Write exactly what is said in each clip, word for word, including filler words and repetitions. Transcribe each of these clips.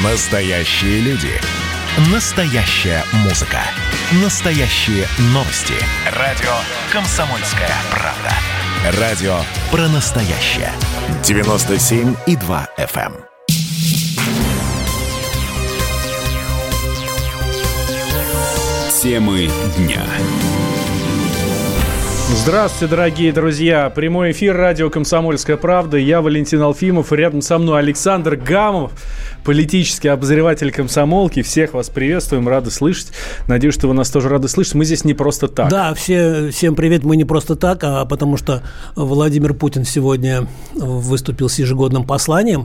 Настоящие люди. Настоящая музыка. Настоящие новости. Радио «Комсомольская правда». Радио про настоящее. девяносто семь и два эф эм. Темы дня. Здравствуйте, дорогие друзья. Прямой эфир радио «Комсомольская правда». Я Валентин Алфимов. И рядом со мной Александр Гамов, политический обозреватель «Комсомолки». Всех вас приветствуем, рады слышать. Надеюсь, что вы нас тоже рады слышать. Мы здесь не просто так. Да, все, всем привет. Мы не просто так, а потому что Владимир Путин сегодня выступил с ежегодным посланием.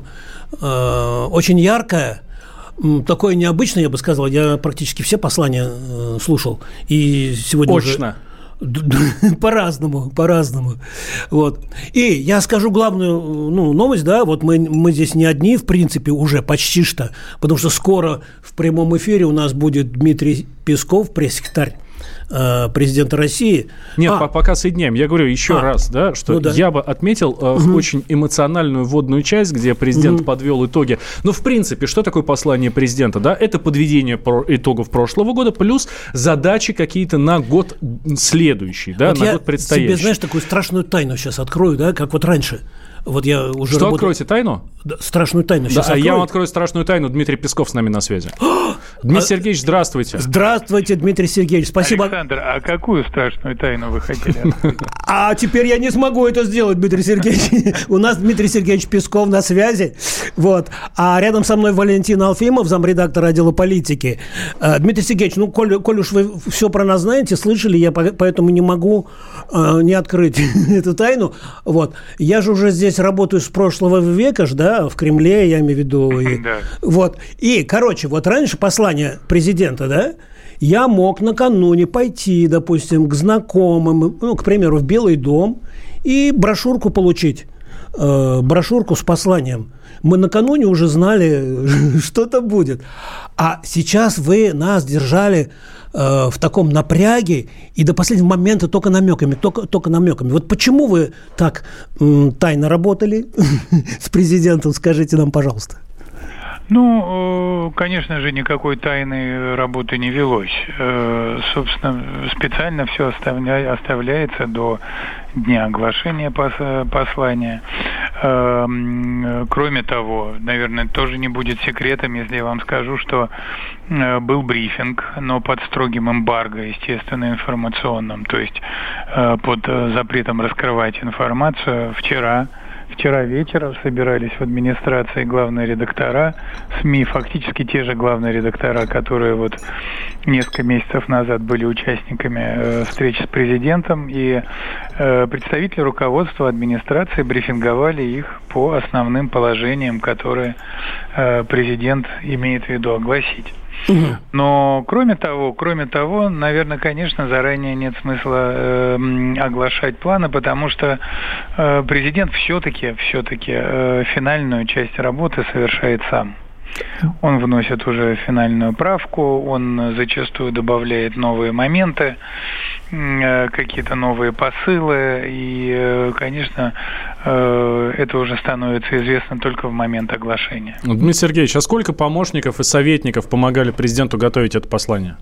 Очень яркое. Такое необычное, я бы сказал. Я практически все послания слушал. И сегодня Очно. Уже... По-разному, по-разному. Вот. И я скажу главную ну, новость, да, вот мы, мы здесь не одни, в принципе, уже почти что, потому что скоро в прямом эфире у нас будет Дмитрий Песков, пресс-секретарь э, президента России. Нет, а, пока соединяем. Я говорю еще а, раз, да, что ну да. я бы отметил э, угу. очень эмоциональную вводную часть, где президент угу. подвел итоги. Но, в принципе, что такое послание президента? Да? Это подведение итогов прошлого года плюс задачи какие-то на год следующий, да, вот на я год предстоящий. Тебе, знаешь, такую страшную тайну сейчас открою, да, как вот раньше. Вот я уже Что работал... откроете тайну? Да, страшную тайну сейчас да, открою. Я вам открою страшную тайну. Дмитрий Песков с нами на связи. Дмитрий а... Сергеевич, здравствуйте. Здравствуйте, Дмитрий Сергеевич. Спасибо. Александр, а какую страшную тайну вы хотели открыть? А теперь я не смогу это сделать, Дмитрий Сергеевич. У нас Дмитрий Сергеевич Песков на связи. Вот. А рядом со мной Валентин Алфимов, замредактор отдела политики. Дмитрий Сергеевич, ну, коль, коль уж вы все про нас знаете, слышали, я поэтому не могу э, не открыть эту тайну. Вот. Я же уже здесь работаю с прошлого века, да, в Кремле, я имею в виду. И, да. Вот. И, короче, вот раньше послание президента, да, я мог накануне пойти, допустим, к знакомым, ну, к примеру, в Белый дом и брошюрку получить, э, брошюрку с посланием. Мы накануне уже знали, что-то будет. А сейчас вы нас держали э, в таком напряге и до последнего момента только намеками, только, только намеками. Вот почему вы так м, тайно работали с президентом, скажите нам, пожалуйста. Ну, конечно же, никакой тайной работы не велось. Собственно, специально все оставляется до дня оглашения послания. Кроме того, наверное, тоже не будет секретом, если я вам скажу, что был брифинг, но под строгим эмбарго, естественно, информационным, то есть под запретом раскрывать информацию. Вчера Вчера вечером собирались в администрации главные редактора СМИ, фактически те же главные редактора, которые вот несколько месяцев назад были участниками э, встречи с президентом, и э, представители руководства администрации брифинговали их по основным положениям, которые э, президент имеет в виду огласить. Но кроме того, кроме того, наверное, конечно, заранее нет смысла э, оглашать планы, потому что э, президент все-таки, все-таки э, финальную часть работы совершает сам. Он вносит уже финальную правку, он зачастую добавляет новые моменты, какие-то новые посылы, и, конечно, это уже становится известно только в момент оглашения. Дмитрий Сергеевич, а сколько помощников и советников помогали президенту готовить это послание?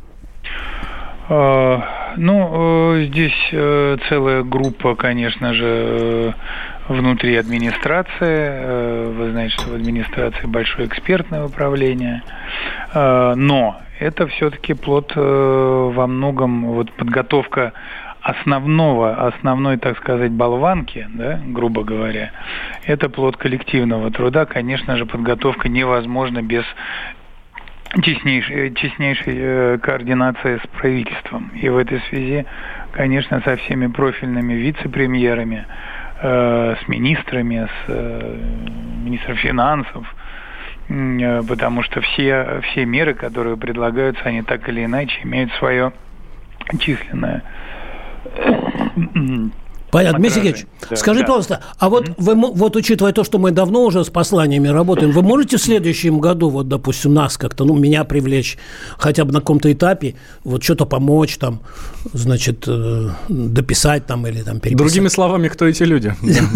Ну, здесь целая группа, конечно же, внутри администрации. Вы знаете, что в администрации большое экспертное управление. Но это все-таки плод во многом вот подготовка основного, основной, так сказать, болванки, да, грубо говоря. Это плод коллективного труда. Конечно же, подготовка невозможна без теснейшей, теснейшей э, координации с правительством. И в этой связи, конечно, со всеми профильными вице-премьерами, э, с министрами, с э, министром финансов, э, потому что все, все меры, которые предлагаются, они так или иначе имеют свое численное Понятно. Дмитрий Сергеевич, да, скажи, да. пожалуйста, а вот mm-hmm. вы, вот учитывая то, что мы давно уже с посланиями работаем, вы можете в следующем году, вот, допустим, нас как-то, ну, меня привлечь хотя бы на каком-то этапе, вот что-то помочь там, значит, э, дописать там или там переписать? Другими словами, кто эти люди?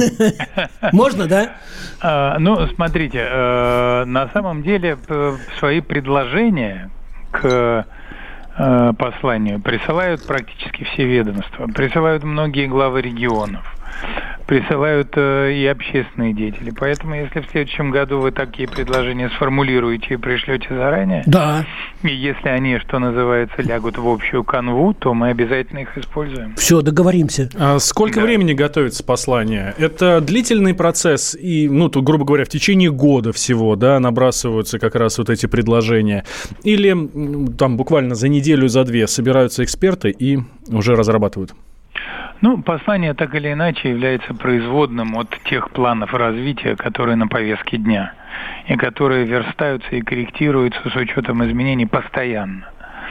Можно, да? Ну, смотрите, на самом деле свои предложения к посланию присылают практически все ведомства, присылают многие главы регионов, присылают э, и общественные деятели. Поэтому, если в следующем году вы такие предложения сформулируете и пришлете заранее, да. и если они, что называется, лягут в общую канву, то мы обязательно их используем. Все, договоримся. А сколько да. времени готовится послание? Это длительный процесс, и, ну, тут, грубо говоря, в течение года всего, да, набрасываются как раз вот эти предложения? Или там буквально за неделю, за две собираются эксперты и уже разрабатывают? Ну, послание так или иначе является производным от тех планов развития, которые на повестке дня, и которые верстаются и корректируются с учетом изменений постоянно.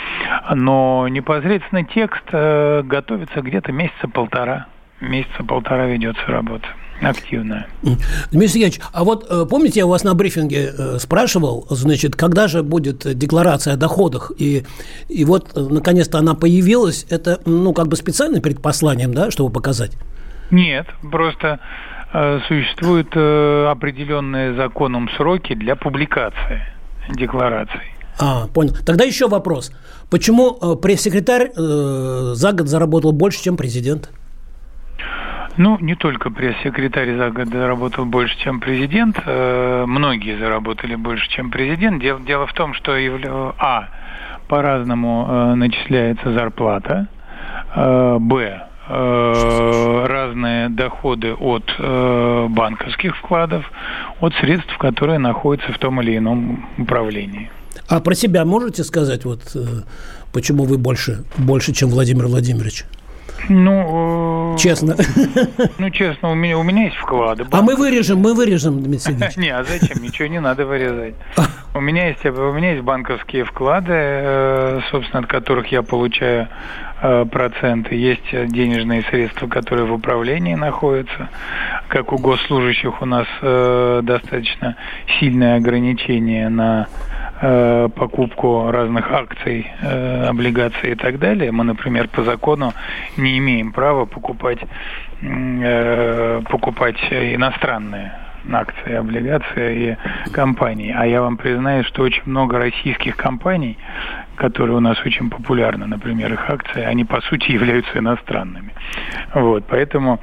Но непосредственно текст э, готовится где-то месяца полтора. Месяца полтора ведется работа. Активная. Дмитрий Сергеевич, а вот помните, я у вас на брифинге спрашивал, значит, когда же будет декларация о доходах, и, и вот, наконец-то, она появилась, это, ну, как бы специально перед посланием, да, чтобы показать? Нет, просто э, существуют э, определенные законом сроки для публикации деклараций. А, понял. Тогда еще вопрос. Почему э, пресс-секретарь э, за год заработал больше, чем президент? Ну, не только пресс-секретарь за год заработал больше, чем президент. Э, многие заработали больше, чем президент. Дело, дело в том, что а, по-разному э, начисляется зарплата, э, б, э, разные доходы от э, банковских вкладов, от средств, которые находятся в том или ином управлении. А про себя можете сказать, вот, э, почему вы больше, больше, чем Владимир Владимирович? Ну, честно. Ну, честно, у меня, у меня есть вклады. А мы вырежем, мы вырежем, Дмитрий Сергеевич. Не, а зачем? Ничего не надо вырезать. У меня есть, у меня есть банковские вклады, собственно, от которых я получаю проценты. Есть денежные средства, которые в управлении находятся. Как у госслужащих у нас достаточно сильное ограничение на покупку разных акций, облигаций и так далее. Мы, например, по закону не имеем права покупать, покупать иностранные акции, облигации и компании. А я вам признаюсь, что очень много российских компаний, которые у нас очень популярны, например, их акции, они по сути являются иностранными. Вот, поэтому,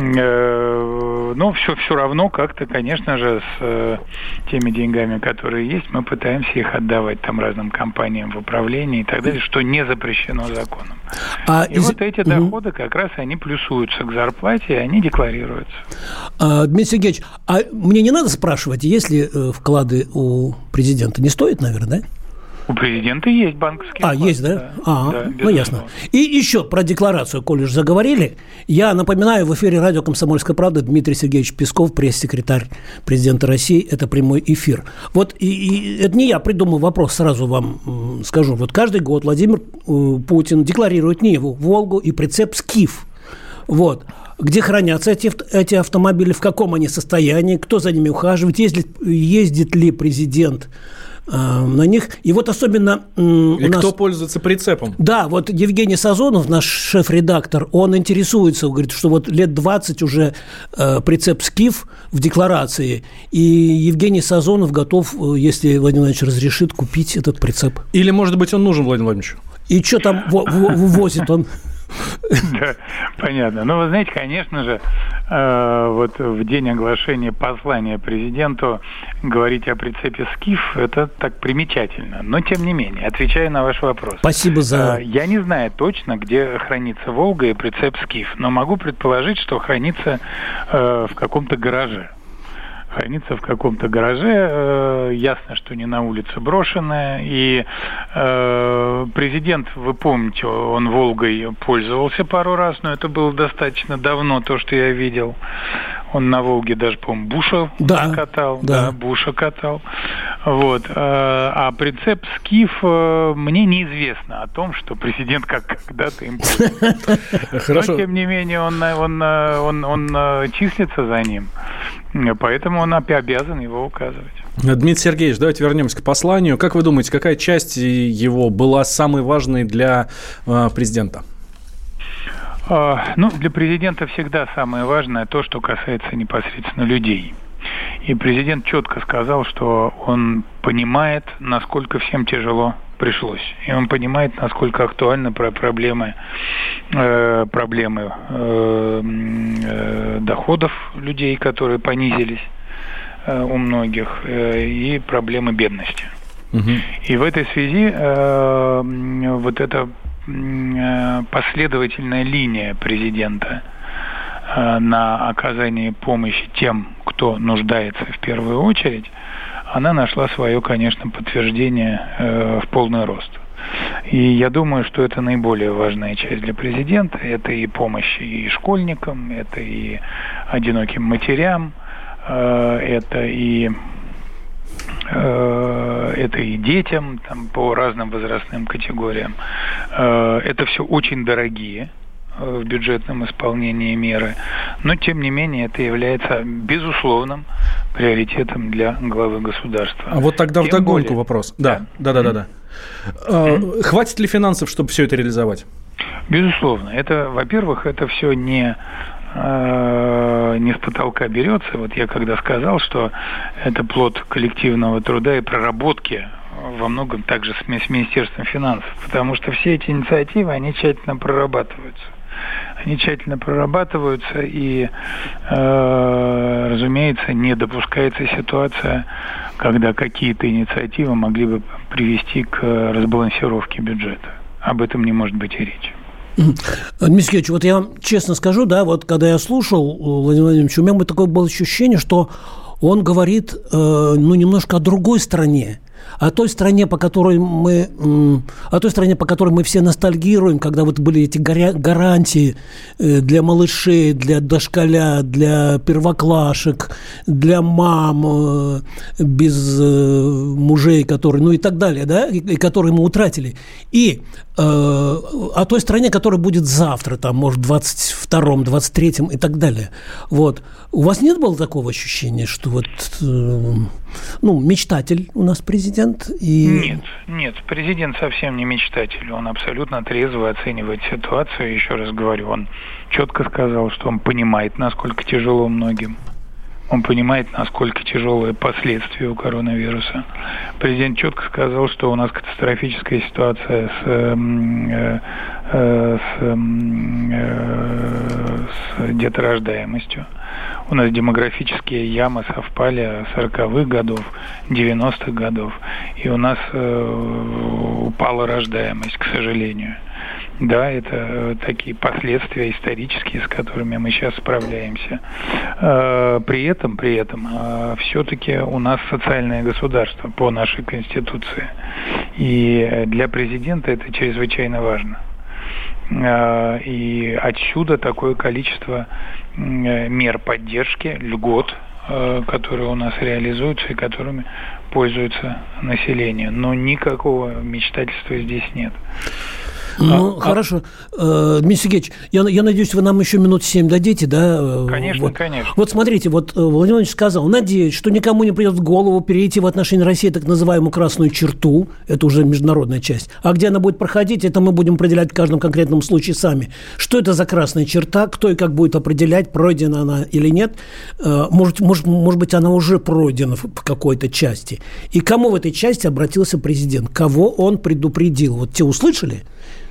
э, ну, все, все равно как-то, конечно же, с э, теми деньгами, которые есть, мы пытаемся их отдавать там разным компаниям в управлении и так далее, что не запрещено законом. А и из... вот эти доходы как раз они плюсуются к зарплате, и они декларируются. А, Дмитрий Сергеевич, а мне не надо спрашивать, есть ли э, вклады у президента? Не стоит, наверное, да? У президента есть банковские А, вклады, есть, да? да, а, да, ну ясно. И еще про декларацию, коль уж заговорили. Я напоминаю, в эфире радио «Комсомольская правда» Дмитрий Сергеевич Песков, пресс-секретарь президента России. Это прямой эфир. Вот и, и это не я придумал вопрос, сразу вам скажу. Вот каждый год Владимир э, Путин декларирует Ниву, Волгу и прицеп «Скиф». Вот. Где хранятся эти, эти автомобили, в каком они состоянии, кто за ними ухаживает, ездит, ездит ли президент на них. И вот особенно... И у нас... кто пользуется прицепом? Да, вот Евгений Сазонов, наш шеф-редактор, он интересуется, говорит, что вот лет двадцать уже э, прицеп «Скиф» в декларации, и Евгений Сазонов готов, если Владимир Владимирович разрешит, купить этот прицеп. Или, может быть, он нужен Владимиру Владимировичу? И что там возит он? Да, понятно. Ну, вы знаете, конечно же, э, вот в день оглашения послания президенту говорить о прицепе «Скиф» — это так примечательно. Но, тем не менее, отвечая на ваш вопрос. Спасибо за... Э, я не знаю точно, где хранится «Волга» и прицеп «Скиф», но могу предположить, что хранится э, в каком-то гараже. Хранится в каком-то гараже, э, ясно, что не на улице брошенная, и э, президент, вы помните, он «Волгой» пользовался пару раз, но это было достаточно давно, то, что я видел. Он на «Волге» даже, по-моему, Буша да, катал, да. да, Буша катал. Вот. А прицеп «Скиф» мне неизвестно о том, что президент как когда-то им пользовался. Хорошо. Но, тем не менее, он, он, он, он, он числится за ним, поэтому он обязан его указывать. Дмитрий Сергеевич, давайте вернемся к посланию. Как вы думаете, какая часть его была самой важной для президента? Ну, для президента всегда самое важное то, что касается непосредственно людей. И президент четко сказал, что он понимает, насколько всем тяжело пришлось. И он понимает, насколько актуальны проблемы, э, проблемы э, э, доходов людей, которые понизились э, у многих, э, и проблемы бедности. Угу. И в этой связи э, вот эта э, последовательная линия президента э, на оказание помощи тем, кто нуждается в первую очередь, она нашла свое, конечно, подтверждение э, в полный рост. И я думаю, что это наиболее важная часть для президента. Это и помощь и школьникам, это и одиноким матерям, э, это и э, это и детям там, по разным возрастным категориям. Э, это все очень дорогие в бюджетном исполнении меры, но тем не менее это является безусловным приоритетом для главы государства. А вот тогда тем вдогонку более... вопрос. Да, да, да, да, да. Mm-hmm. Хватит ли финансов, чтобы все это реализовать? Безусловно. Это, во-первых, это все не не с потолка берется. Вот я когда сказал, что это плод коллективного труда и проработки во многом также с Министерством финансов, потому что все эти инициативы, они тщательно прорабатываются. Они тщательно прорабатываются, и, э, разумеется, не допускается ситуация, когда какие-то инициативы могли бы привести к разбалансировке бюджета. Об этом не может быть и речи. Дмитрий Сергеевич, вот я вам честно скажу, да, вот когда я слушал Владимира Владимировича, у меня такое было ощущение, что он говорит, э, ну, немножко о другой стране. О той стране, по которой мы, о той стране, по которой мы все ностальгируем, когда вот были эти гарантии для малышей, для дошколят, для первоклашек, для мам без мужей, которые, ну и так далее, да, и которые мы утратили. И э, о той стране, которая будет завтра, там, может, в двадцать втором, двадцать третьем и так далее. Вот. У вас нет было такого ощущения, что вот, э, ну, мечтатель у нас президент? И... Нет, нет, президент совсем не мечтатель, он абсолютно трезво оценивает ситуацию, еще раз говорю, он четко сказал, что он понимает, насколько тяжело многим, он понимает, насколько тяжелые последствия у коронавируса. Президент четко сказал, что у нас катастрофическая ситуация с, э, э, с, э, с деторождаемостью. У нас демографические ямы совпали сороковых годов, девяностых годов, и у нас э, упала рождаемость, к сожалению. Да, это такие последствия исторические, с которыми мы сейчас справляемся. Э, при этом, при этом, э, все-таки у нас социальное государство по нашей Конституции, и для президента это чрезвычайно важно. И отсюда такое количество мер поддержки, льгот, которые у нас реализуются и которыми пользуется население. Но никакого мечтательства здесь нет. Ну, а, хорошо. А... Дмитрий Сергеевич, я, я надеюсь, вы нам еще минут семь дадите, да? Конечно, вот. конечно. Вот смотрите, вот Владимир Владимирович сказал, надеюсь, что никому не придет в голову перейти в отношении России так называемую красную черту, это уже международная часть, а где она будет проходить, это мы будем определять в каждом конкретном случае сами. Что это за красная черта, кто и как будет определять, пройдена она или нет? Может, может, может быть, она уже пройдена в какой-то части. И кому в этой части обратился президент? Кого он предупредил? Вот те услышали?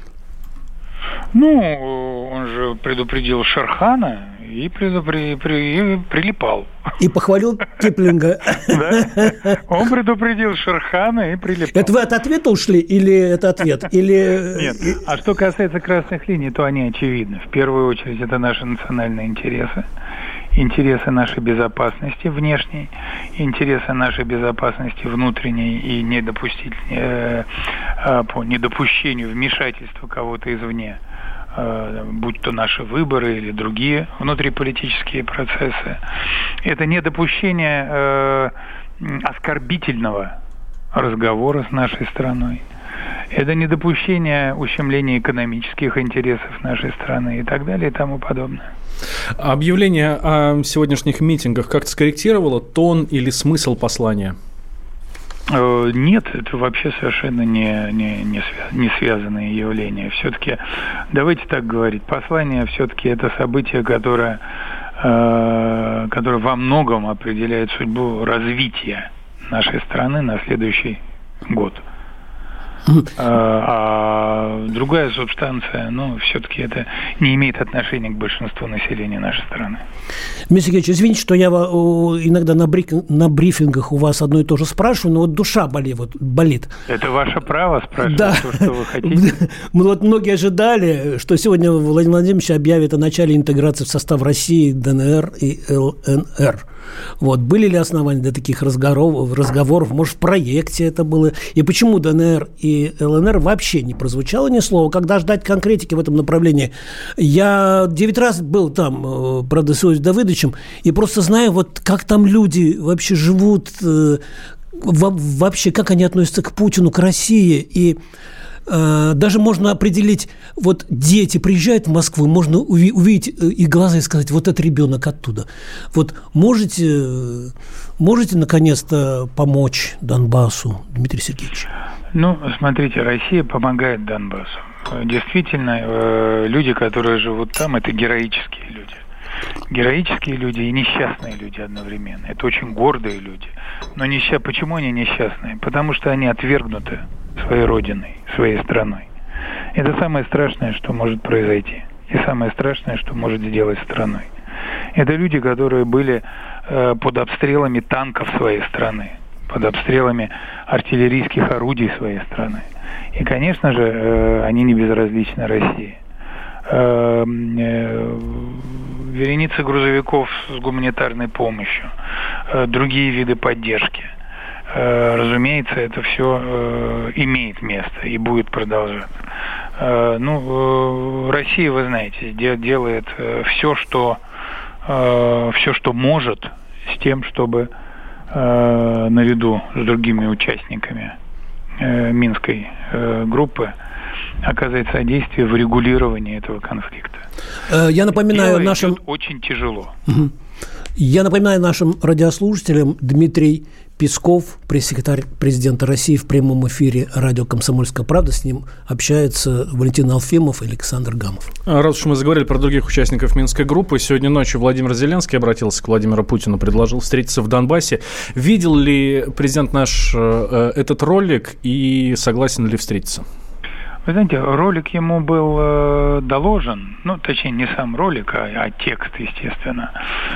Ну, он же предупредил Шерхана и, предупри... при... и прилипал. И похвалил Киплинга. Да? Он предупредил Шерхана и прилипал. Это вы от ответа ушли или это ответ? Или... Нет. А что касается красных линий, то они очевидны. В первую очередь это наши национальные интересы. Интересы нашей безопасности внешней, интересы нашей безопасности внутренней и не допустить, э, э, по недопущению вмешательства кого-то извне, э, будь то наши выборы или другие внутриполитические процессы. Это недопущение э, оскорбительного разговора с нашей страной. Это недопущение ущемления экономических интересов нашей страны и так далее и тому подобное. Объявление о сегодняшних митингах как-то скорректировало тон или смысл послания? Нет, это вообще совершенно не, не, не, связ, не связанные явления. Все-таки, давайте так говорить, послание все-таки это событие, которое, э, которое во многом определяет судьбу развития нашей страны на следующий год. А, а другая субстанция, ну, все-таки это не имеет отношения к большинству населения нашей страны. Дмитрий Сергеевич, извините, что я иногда на, бриф... на брифингах у вас одно и то же спрашиваю, но вот душа болит. Вот, болит. Это ваше право спрашивать да. то, что вы хотите. Вот многие ожидали, что сегодня Владимир Владимирович объявит о начале интеграции в состав России, ДНР и ЛНР. Вот. Были ли основания для таких разговоров, разговоров? Может, в проекте это было? И почему ДНР и ЛНР вообще не прозвучало ни слова? Когда ждать конкретики в этом направлении? Я девять раз был там, правда, с Иосифом Давыдовичем, и просто знаю, вот как там люди вообще живут, вообще как они относятся к Путину, к России. И даже можно определить, вот дети приезжают в Москву, можно увидеть их глаза и сказать, вот этот ребенок оттуда. Вот можете, можете наконец-то помочь Донбассу, Дмитрий Сергеевич? Ну, смотрите, Россия помогает Донбассу. Действительно, люди, которые живут там, это героические люди. Героические люди и несчастные люди одновременно. Это очень гордые люди. Но несчастные. Почему они несчастные? Потому что они отвергнуты своей родиной, своей страной. Это самое страшное, что может произойти. И самое страшное, что может сделать страной. Это люди, которые были э, под обстрелами танков своей страны, под обстрелами артиллерийских орудий своей страны. И, конечно же, э, они не безразличны России. Э, э, вереницы грузовиков с гуманитарной помощью, э, другие виды поддержки. Разумеется, это все э, имеет место и будет продолжаться. Э, ну, э, Россия, вы знаете, де- делает э, все, что э, все, что может, с тем, чтобы э, наряду с другими участниками э, Минской э, группы оказать содействие в регулировании этого конфликта. Я напоминаю Дело нашим... идет очень тяжело. Угу. Я напоминаю нашим радиослушателям, Дмитрий Песков, пресс-секретарь президента России, в прямом эфире радио «Комсомольская правда». С ним общаются Валентин Алфимов и Александр Гамов. Раз уж мы заговорили про других участников Минской группы, сегодня ночью Владимир Зеленский обратился к Владимиру Путину, предложил встретиться в Донбассе. Видел ли президент наш э, этот ролик и согласен ли встретиться? Вы знаете, ролик ему был э, доложен, ну, точнее, не сам ролик, а, а текст, естественно,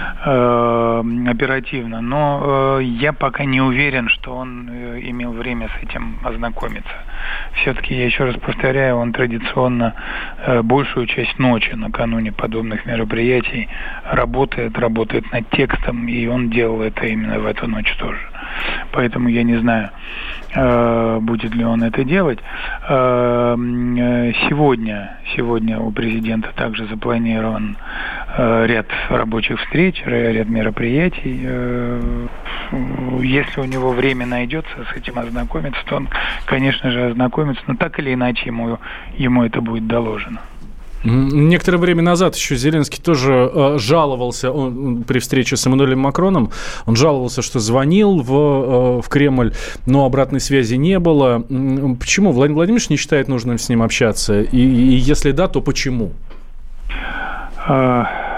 э, оперативно, но э, я пока не уверен, что он э, имел время с этим ознакомиться. Все-таки, я еще раз повторяю, он традиционно э, большую часть ночи накануне подобных мероприятий работает, работает над текстом, и он делал это именно в эту ночь тоже. Поэтому я не знаю, э, будет ли он это делать. Э, сегодня, сегодня у президента также запланирован э, ряд рабочих встреч, ряд мероприятий. Э, если у него время найдется с этим ознакомиться, то он, конечно же, ознакомится, но так или иначе ему, ему это будет доложено. Некоторое время назад еще Зеленский тоже э, жаловался он, при встрече с Эммануэлем Макроном. Он жаловался, что звонил в, э, в Кремль, но обратной связи не было. Почему Владимир Владимирович не считает нужным с ним общаться? И, и если да, то почему? А,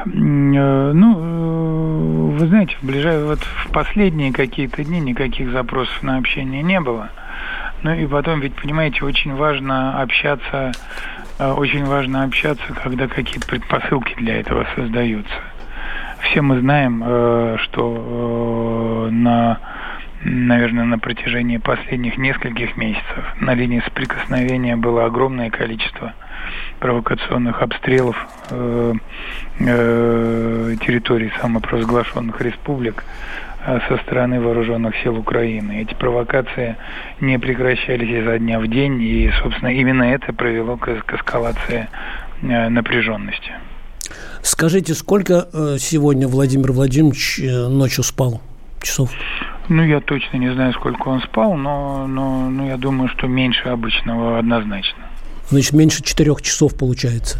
ну, вы знаете, в, ближайшие, вот в последние какие-то дни никаких запросов на общение не было. Ну и потом, ведь, понимаете, очень важно общаться... Очень важно общаться, когда какие-то предпосылки для этого создаются. Все мы знаем, что на, наверное, на протяжении последних нескольких месяцев на линии соприкосновения было огромное количество провокационных обстрелов территорий самопровозглашенных республик со стороны вооруженных сил Украины. Эти провокации не прекращались изо дня в день, и, собственно, именно это привело к эскалации напряженности. Скажите, сколько сегодня Владимир Владимирович ночью спал? Часов? Ну, я точно не знаю, сколько он спал, но, но, но я думаю, что меньше обычного однозначно. Значит, меньше четырех часов получается.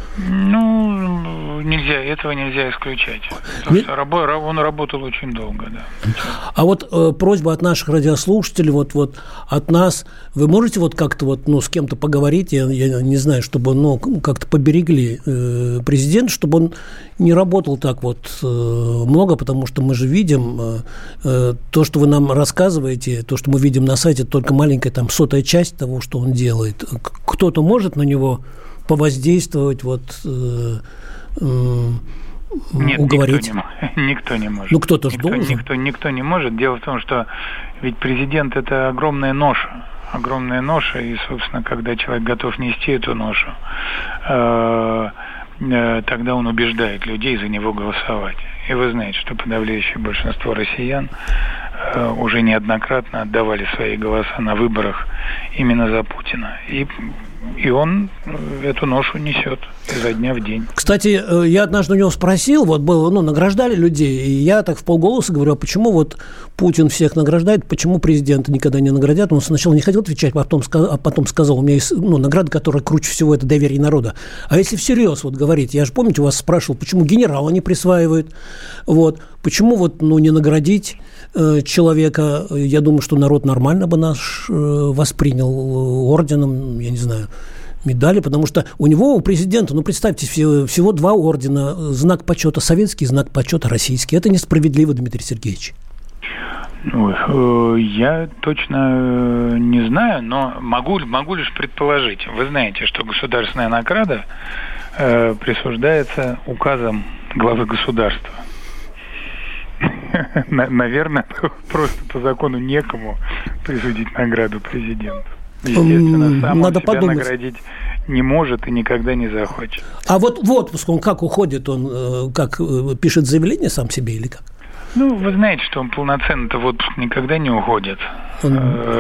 Ну, нельзя, этого нельзя исключать. Потому что рабо- он работал очень долго, да. А вот э, просьба от наших радиослушателей, вот, вот от нас, вы можете вот как-то вот, ну, с кем-то поговорить, я, я не знаю, чтобы, ну, как-то поберегли э, президента, чтобы он не работал так вот э, много, потому что мы же видим э, э, то, что вы нам рассказываете, то, что мы видим на сайте, только маленькая там сотая часть того, что он делает. Кто-то может на него повоздействовать, вот, э, э, Нет, уговорить? Никто не, никто не может. Ну, кто-то же никто, должен. Никто, никто не может. Дело в том, что ведь президент – это огромная ноша. Огромная ноша, и, собственно, когда человек готов нести эту ношу, э, э, тогда он убеждает людей за него голосовать. И вы знаете, что подавляющее большинство россиян э, уже неоднократно отдавали свои голоса на выборах именно за Путина. И И он эту ношу несет изо дня в день. Кстати, я однажды у него спросил, вот было, ну, награждали людей, и я так вполголоса говорю, а почему вот Путин всех награждает, почему президента никогда не наградят? Он сначала не хотел отвечать, а потом, а потом сказал, у меня есть, ну, награда, которая круче всего, это доверие народа. А если всерьез вот говорить, я же, помните, вас спрашивал, почему генерала не присваивают, вот, почему вот, ну, не наградить э, человека? Я думаю, что народ нормально бы наш э, воспринял орденом, я не знаю, медали, потому что у него, у президента, ну, представьте, всего, всего два ордена, знак почета советский, знак почета российский. Это несправедливо, Дмитрий Сергеевич. Ну, э, я точно не знаю, но могу, могу лишь предположить. Вы знаете, что государственная награда э, присуждается указом главы государства. Наверное, просто по закону некому присудить награду президенту. Естественно, сам Надо он себя подумать. наградить не может и никогда не захочет. А вот в отпуск он как уходит? Он как пишет заявление сам себе или как? Ну, вы знаете, что он полноценно-то в отпуск никогда не уходит. Он,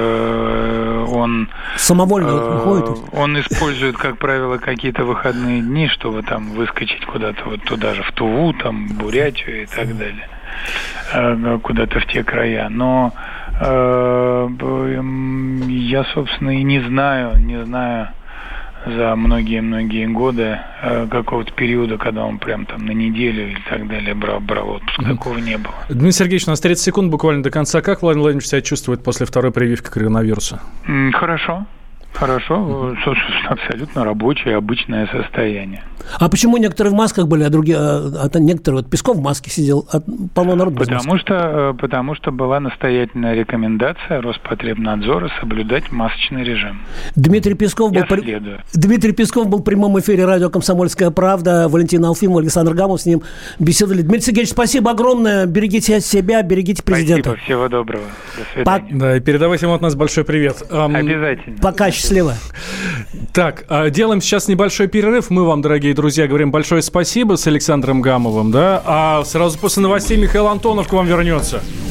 он самовольно э, уходит? Он использует, как правило, какие-то выходные дни, чтобы там выскочить куда-то вот туда же, в Туву, там, Бурятию и так далее. Куда-то в те края. Но э, я, собственно, и не знаю, не знаю за многие-многие годы э, какого-то периода, когда он прям там на неделю или так далее брал, брал отпуск. Mm-hmm. Такого не было. Дмитрий Сергеевич, у нас тридцать секунд буквально до конца. Как Владимир Владимирович себя чувствует после второй прививки коронавируса? Mm, хорошо. Хорошо, mm-hmm. абсолютно рабочее, обычное состояние. А почему некоторые в масках были, а другие, а, а некоторые, вот Песков в маске сидел, а полно народу без потому что, потому что была настоятельная рекомендация Роспотребнадзора соблюдать масочный режим. Дмитрий Песков, был при... Дмитрий Песков был в прямом эфире радио «Комсомольская правда». Валентин Алфимов, Александр Гамов с ним беседовали. Дмитрий Сергеевич, спасибо огромное. Берегите себя, берегите президента. Спасибо, всего доброго. До свидания. По... Да, и передавайте ему от нас большой привет. Обязательно. Пока, счастливо. Так, делаем сейчас небольшой перерыв. Мы вам, дорогие друзья, говорим большое спасибо с Александром Гамовым, да, а сразу после новостей Михаил Антонов к вам вернется.